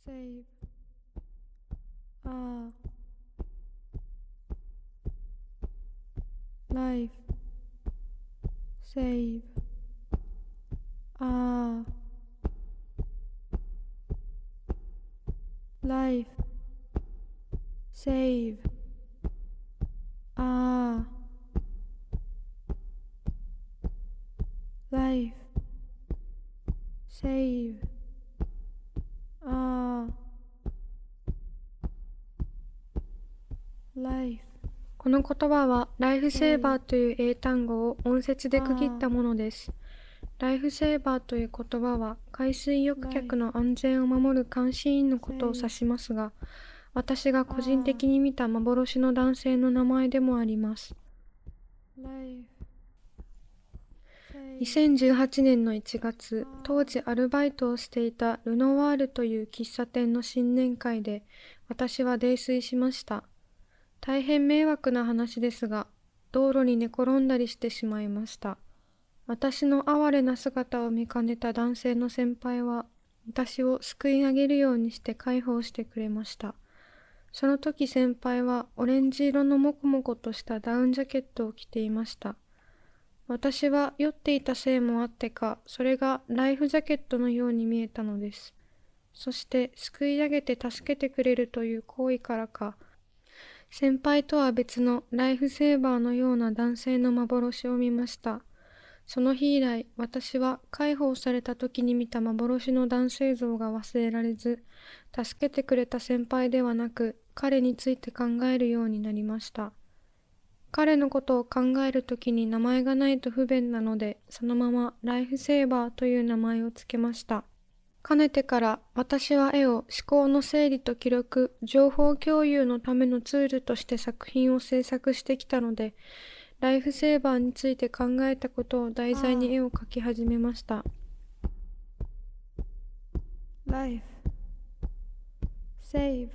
save, ah, life, save, ah, life, save, ah, life, save, ah, life。この言葉はライフセーバーという英単語を音節で区切ったものです。ライフセーバーという言葉は海水浴客の安全を守る監視員のことを指しますが、私が個人的に見た幻の男性の名前でもあります。2018年の1月、当時アルバイトをしていたルノワールという喫茶店の新年会で、私は泥酔しました。大変迷惑な話ですが、道路に寝転んだりしてしまいました。私の哀れな姿を見かねた男性の先輩は、私をすくい上げるようにして介抱してくれました。その時先輩はオレンジ色のもこもことしたダウンジャケットを着ていました。私は酔っていたせいもあってか、それがライフジャケットのように見えたのです。そしてすくい上げて助けてくれるという行為からか、先輩とは別のライフセーバーのような男性の幻を見ました。その日以来、私は介抱された時に見た幻の男性像が忘れられず、助けてくれた先輩ではなく、彼について考えるようになりました。彼のことを考えるときに名前がないと不便なので、そのままライフセーバーという名前をつけました。かねてから私は絵を思考の整理と記録、情報共有のためのツールとして作品を制作してきたので、ライフセーバーについて考えたことを題材に絵を描き始めました。Life, save,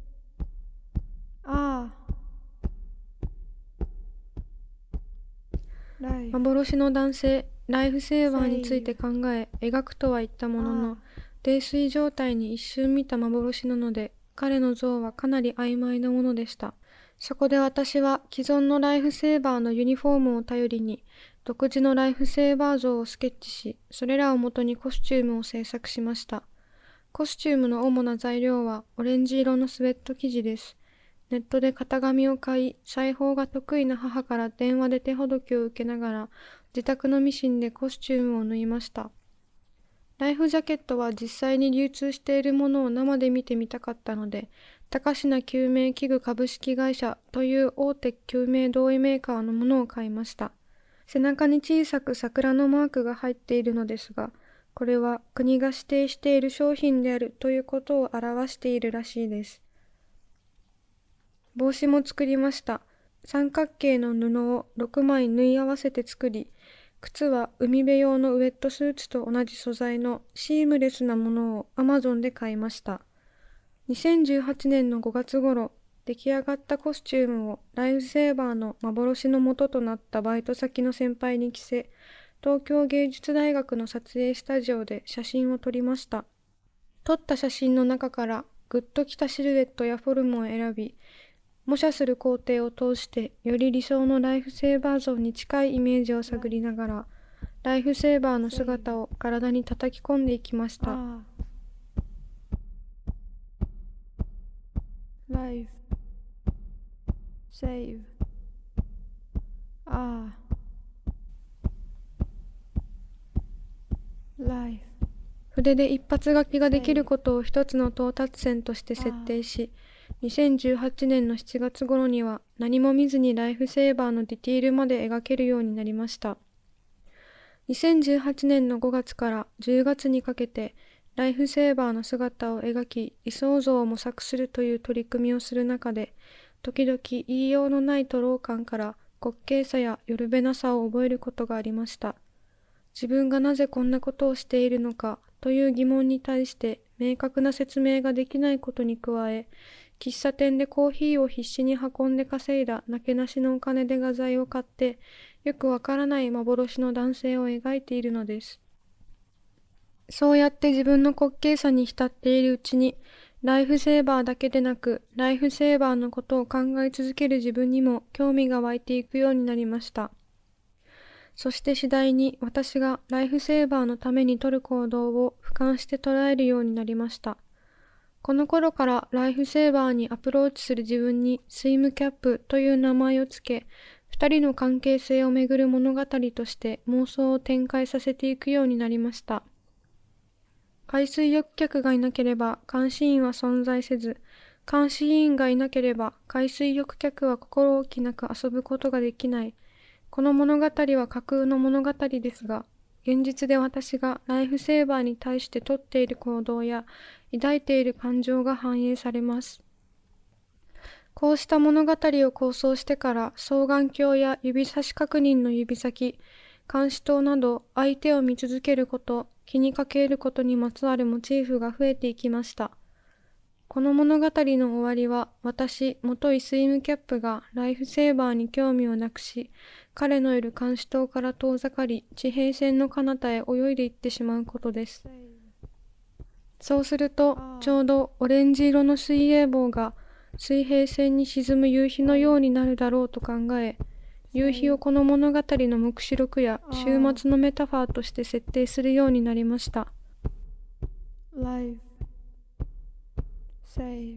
幻の男性、ライフセーバーについて考え、描くとは言ったものの、泥酔状態に一瞬見た幻なので、彼の像はかなり曖昧なものでした。そこで私は既存のライフセーバーのユニフォームを頼りに、独自のライフセーバー像をスケッチし、それらをもとにコスチュームを制作しました。コスチュームの主な材料はオレンジ色のスウェット生地です。ネットで型紙を買い、裁縫が得意な母から電話で手ほどきを受けながら、自宅のミシンでコスチュームを縫いました。ライフジャケットは実際に流通しているものを生で見てみたかったので、高階救命器具株式会社という大手救命胴衣メーカーのものを買いました。背中に小さく桜のマークが入っているのですが、これは国が指定している商品であるということを表しているらしいです。帽子も作りました。三角形の布を6枚縫い合わせて作り、靴は海辺用のウェットスーツと同じ素材のシームレスなものを Amazon で買いました。2018年の5月頃、出来上がったコスチュームをライフセーバーの幻の元となったバイト先の先輩に着せ、東京芸術大学の撮影スタジオで写真を撮りました。撮った写真の中からグッときたシルエットやフォルムを選び、模写する工程を通してより理想のライフセーバー像に近いイメージを探りながら、ライフセーバーの姿を体に叩き込んでいきました。Life, save, 筆で一発書きができることを一つの到達線として設定し、2018年の7月頃には何も見ずにライフセーバーのディティールまで描けるようになりました。2018年の5月から10月にかけてライフセーバーの姿を描き理想像を模索するという取り組みをする中で、時々言いようのない徒労感から滑稽さやよるべなさを覚えることがありました。自分がなぜこんなことをしているのかという疑問に対して明確な説明ができないことに加え、喫茶店でコーヒーを必死に運んで稼いだなけなしのお金で画材を買って、よくわからない幻の男性を描いているのです。そうやって自分の滑稽さに浸っているうちに、 ライフセーバーだけでなく、ライフセーバーのことを考え続ける自分にも興味が湧いていくようになりました。そして次第に私がライフセーバーのために取る行動を俯瞰して捉えるようになりました。この頃からライフセーバーにアプローチする自分にスイムキャップという名前をつけ、二人の関係性をめぐる物語として妄想を展開させていくようになりました。海水浴客がいなければ監視員は存在せず、監視員がいなければ海水浴客は心置きなく遊ぶことができない。この物語は架空の物語ですが、現実で私がライフセーバーに対して取っている行動や抱いている感情が反映されます。こうした物語を構想してから双眼鏡や指差し確認の指先、監視塔など相手を見続けること、気にかけることにまつわるモチーフが増えていきました。この物語の終わりは、私、元井スイムキャップがライフセーバーに興味をなくし、彼のいる監視塔から遠ざかり、地平線の彼方へ泳いでいってしまうことです。そうすると、ちょうどオレンジ色の水泳帽が水平線に沈む夕日のようになるだろうと考え、夕日をこの物語の目視録や終末のメタファーとして設定するようになりました。 Life Save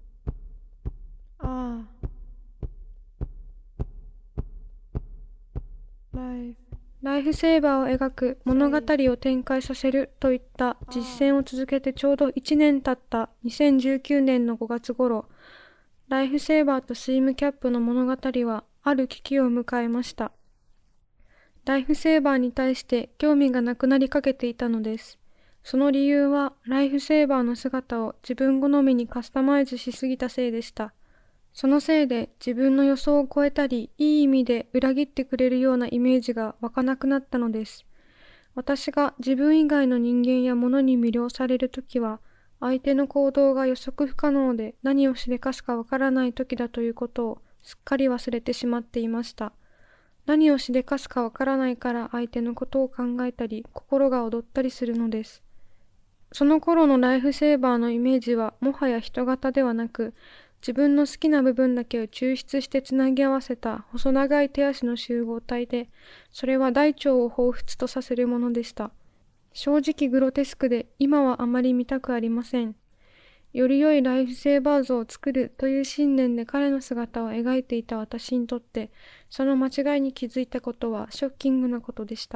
ライフセーバーを描く物語を展開させるといった実践を続けてちょうど1年経った2019年の5月頃、ライフセーバーとスイムキャップの物語はある危機を迎えました。ライフセーバーに対して興味がなくなりかけていたのです。その理由は、ライフセーバーの姿を自分好みにカスタマイズしすぎたせいでした。そのせいで自分の予想を超えたり、いい意味で裏切ってくれるようなイメージが湧かなくなったのです。私が自分以外の人間や物に魅了されるときは、相手の行動が予測不可能で何をしでかすかわからないときだということをすっかり忘れてしまっていました。何をしでかすかわからないから相手のことを考えたり、心が躍ったりするのです。その頃のライフセーバーのイメージはもはや人型ではなく、自分の好きな部分だけを抽出してつなぎ合わせた細長い手足の集合体で、それは大腸を彷彿とさせるものでした。正直グロテスクで今はあまり見たくありません。より良いライフセーバー像を作るという信念で彼の姿を描いていた私にとって、その間違いに気づいたことはショッキングなことでした。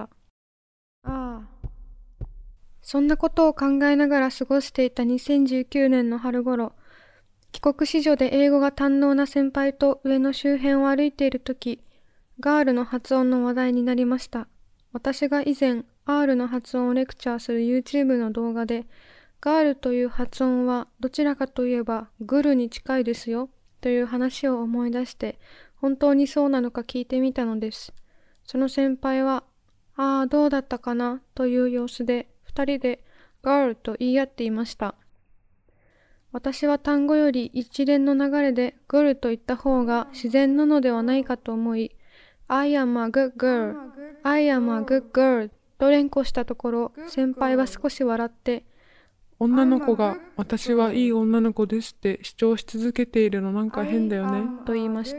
そんなことを考えながら過ごしていた2019年の春頃、帰国子女で英語が堪能な先輩と上の周辺を歩いているとき、ガールの発音の話題になりました。私が以前、R の発音をレクチャーする YouTube の動画で、ガールという発音はどちらかといえばグルに近いですよという話を思い出して、本当にそうなのか聞いてみたのです。その先輩は、どうだったかなという様子で、二人でガールと言い合っていました。私は単語より一連の流れでグールと言った方が自然なのではないかと思い、I am a good girl, I am a good girl と連呼したところ、先輩は少し笑って、 女の子が私はいい女の子ですって主張し続けているのなんか変だよねと言いました。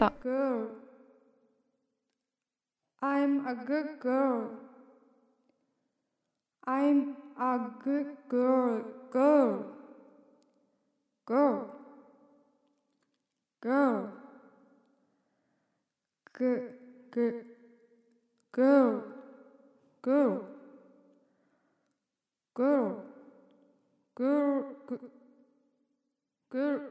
I'm a good girl.I'm a good girl, girl, girl, girl, good, good, girl, girl, girl, girl, girl.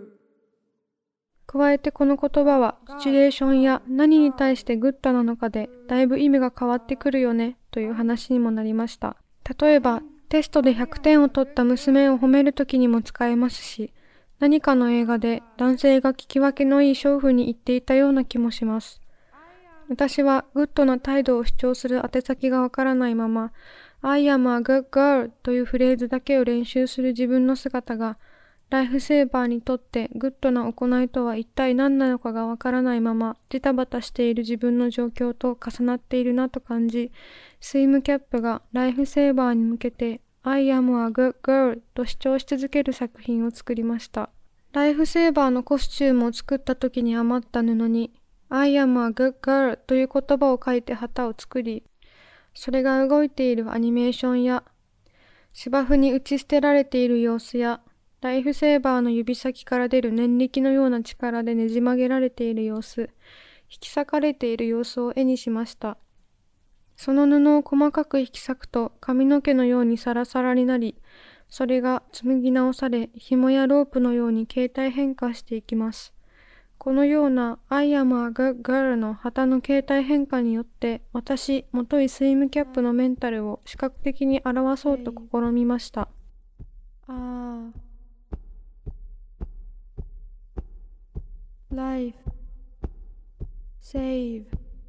加えてこの言葉はシチュエーションや何に対してグッドなのかでだいぶ意味が変わってくるよねという話にもなりました。例えば、テストで100点を取った娘を褒めるときにも使えますし、何かの映画で男性が聞き分けのいい娼婦に言っていたような気もします。私はグッドな態度を主張する宛先がわからないまま、I am a good girl というフレーズだけを練習する自分の姿が、ライフセーバーにとってグッドな行いとは一体何なのかがわからないままジタバタしている自分の状況と重なっているなと感じ、スイムキャップがライフセーバーに向けて I am a good girl と主張し続ける作品を作りました。ライフセーバーのコスチュームを作った時に余った布に I am a good girl という言葉を書いて旗を作り、それが動いているアニメーションや芝生に打ち捨てられている様子やライフセーバーの指先から出る念力のような力でねじ曲げられている様子、引き裂かれている様子を絵にしました。その布を細かく引き裂くと髪の毛のようにサラサラになり、それが紡ぎ直され、紐やロープのように形態変化していきます。このような I am a good girl の旗の形態変化によって、私、元井スイムキャップのメンタルを視覚的に表そうと試みました。 Life Save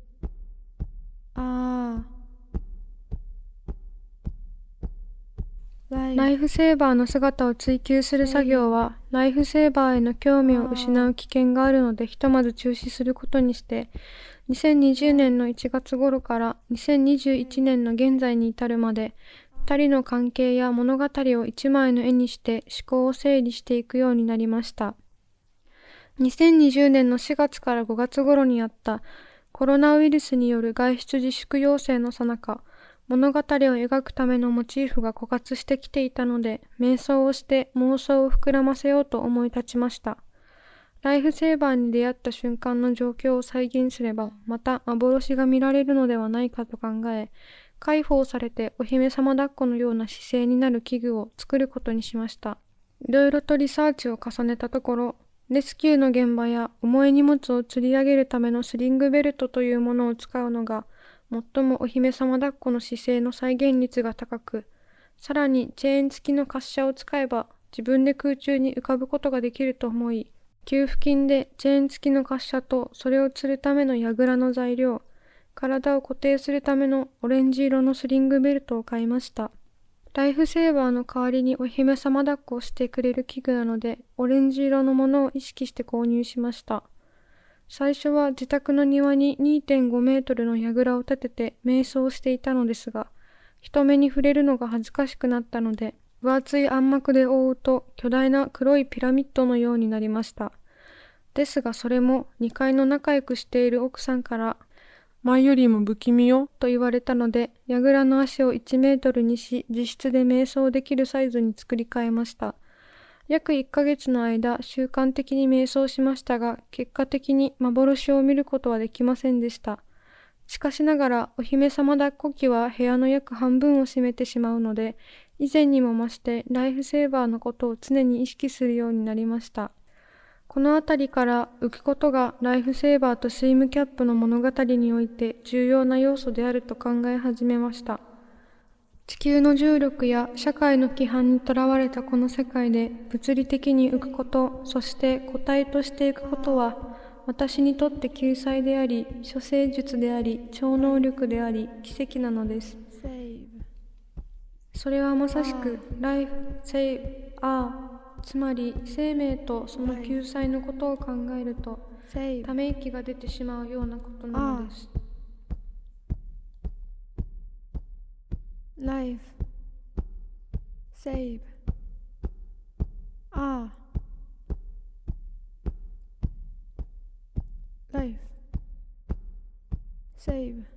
ライフセーバーの姿を追求する作業は、ライフセーバーへの興味を失う危険があるので、ひとまず中止することにして、2020年の1月頃から2021年の現在に至るまで、2人の関係や物語を一枚の絵にして思考を整理していくようになりました。2020年の4月から5月頃にあったコロナウイルスによる外出自粛要請の最中、物語を描くためのモチーフが枯渇してきていたので、瞑想をして妄想を膨らませようと思い立ちました。ライフセーバーに出会った瞬間の状況を再現すれば、また幻が見られるのではないかと考え、解放されてお姫様抱っこのような姿勢になる器具を作ることにしました。いろいろとリサーチを重ねたところ、レスキューの現場や重い荷物を吊り上げるためのスリングベルトというものを使うのが、最もお姫様抱っこの姿勢の再現率が高く、さらにチェーン付きの滑車を使えば自分で空中に浮かぶことができると思い、給付金でチェーン付きの滑車とそれを吊るための櫓の材料、体を固定するためのオレンジ色のスリングベルトを買いました。ライフセーバーの代わりにお姫様抱っこをしてくれる器具なので、オレンジ色のものを意識して購入しました。最初は自宅の庭に 2.5 メートルの櫓を立てて瞑想していたのですが、人目に触れるのが恥ずかしくなったので、分厚い暗幕で覆うと巨大な黒いピラミッドのようになりました。ですがそれも2階の仲良くしている奥さんから、 前よりも不気味よと言われたので、櫓の足を1メートルにし、自室で瞑想できるサイズに作り変えました。約1ヶ月の間、習慣的に瞑想しましたが、結果的に幻を見ることはできませんでした。しかしながら、お姫様抱っこ機は部屋の約半分を占めてしまうので、以前にも増してライフセーバーのことを常に意識するようになりました。このあたりから浮くことがライフセーバーとスイムキャップの物語において重要な要素であると考え始めました。地球の重力や社会の規範にとらわれたこの世界で物理的に浮くこと、そして個体として浮くことは、私にとって救済であり、処世術であり、超能力であり、奇跡なのです。それはまさしく、Life Save つまり生命とその救済のことを考えると、ため息が出てしまうようなことなのです。 Life Save Life Save